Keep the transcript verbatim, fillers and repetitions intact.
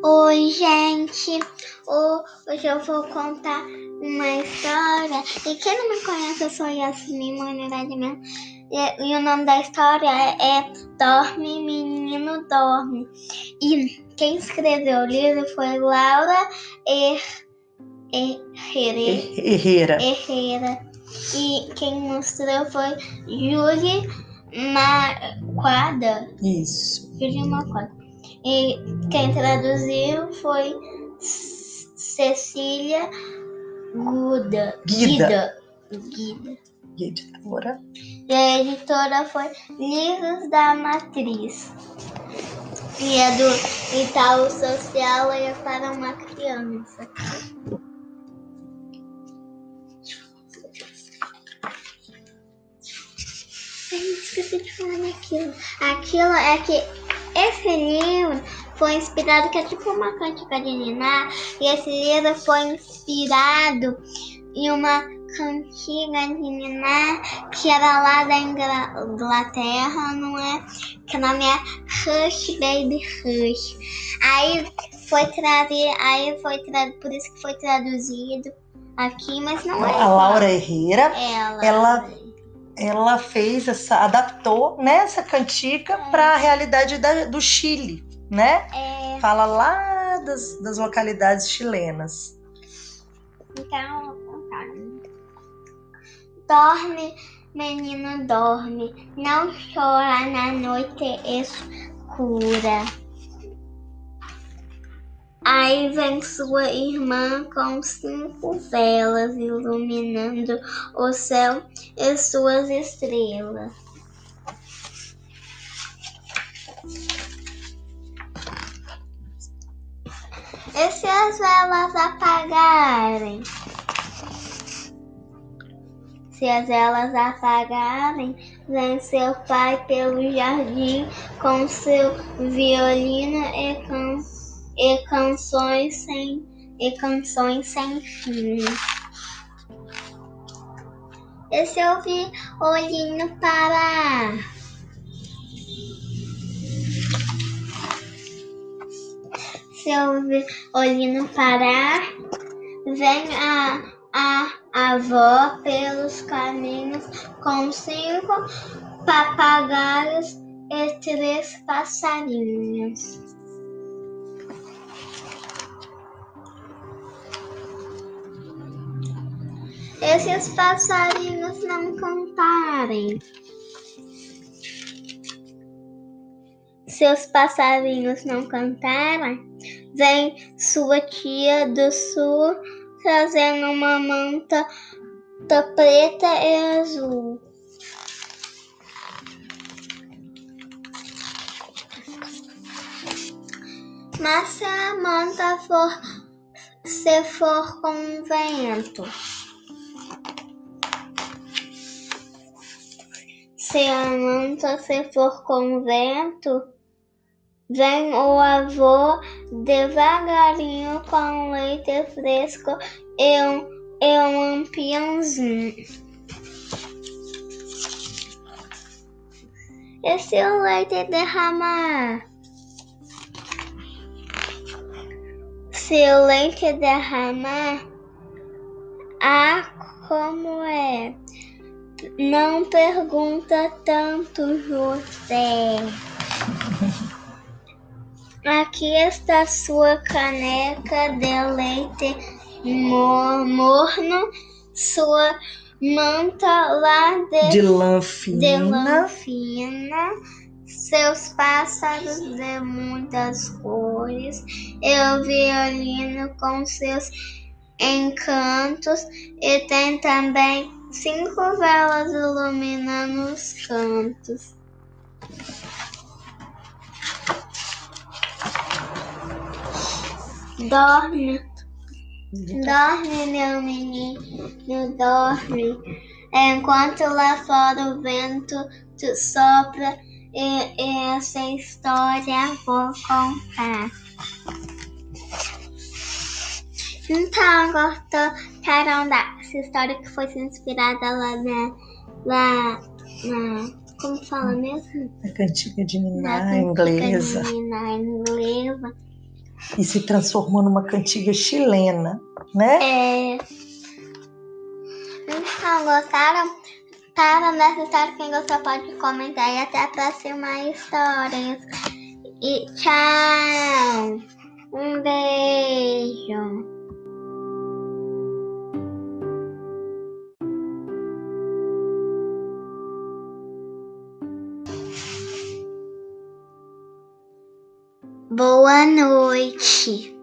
Oi, gente! Hoje eu vou contar uma história. E quem não me conhece, eu sou Yasmin, humanidade mesmo. E, e o nome da história é, é Dorme, Menino, Dorme. E quem escreveu o livro foi Laura er, Herrera. Herrera. Herrera. E quem mostrou foi Júlia Marquada. Isso. Júlia Marquada. E quem traduziu foi Cecília Guida. Guida. Guida. E a editora? E a editora foi Livros da Matriz. E é do Itaú Social e é para uma criança. Ai, esqueci de falar daquilo. Aquilo é que esse livro foi inspirado, que é tipo uma cantiga de Niná, e esse livro foi inspirado em uma cantiga de Niná que era lá da Inglaterra, não é? Que o nome é Hush Baby Hush. Aí foi traduzido, aí foi traduzido, por isso que foi traduzido aqui, mas não é. A Laura Herrera, ela, ela, ela fez essa, adaptou nessa cantiga é. para a realidade da, do Chile, né? É. Fala lá das, das localidades chilenas. Então, dorme, menino, dorme, não chora na noite escura. Aí vem sua irmã com cinco velas iluminando o céu e suas estrelas. E se as velas apagarem? Se as velas apagarem, vem seu pai pelo jardim com seu violino e, can, e canções sem e canções sem fim. E seu violinho parar? Seu violino parar, vem a, a avó pelos caminhos com cinco papagaios e três passarinhos. E se os passarinhos não cantarem? Se os passarinhos não cantarem, vem sua tia do sul trazendo uma manta preta e azul. Mas se a manta for, se for com vento, se a manta se for com vento, vem o avô devagarinho com leite fresco e um, e um lampiãozinho. E se o leite derramar? Se o leite derramar, ah, como é? Não pergunta tanto, José. Aqui está sua caneca de leite morno, sua manta lá de, de lã fina, de lã fina, seus pássaros de muitas cores, e o violino com seus encantos, e tem também cinco velas iluminando os cantos. Dorme, dorme, meu menino, dorme, enquanto lá fora o vento te sopra e, e essa história vou contar. Então, agora contaram dessa história que foi inspirada lá na, lá na, como fala mesmo? A cantiga de Niná Na inglesa. cantiga de Niná inglesa. e se transformou numa cantiga chilena, né? É... Então, gostaram? Gostaram dessa história? Quem gostou pode comentar. E até a próxima história. E tchau! Um beijo! Boa noite!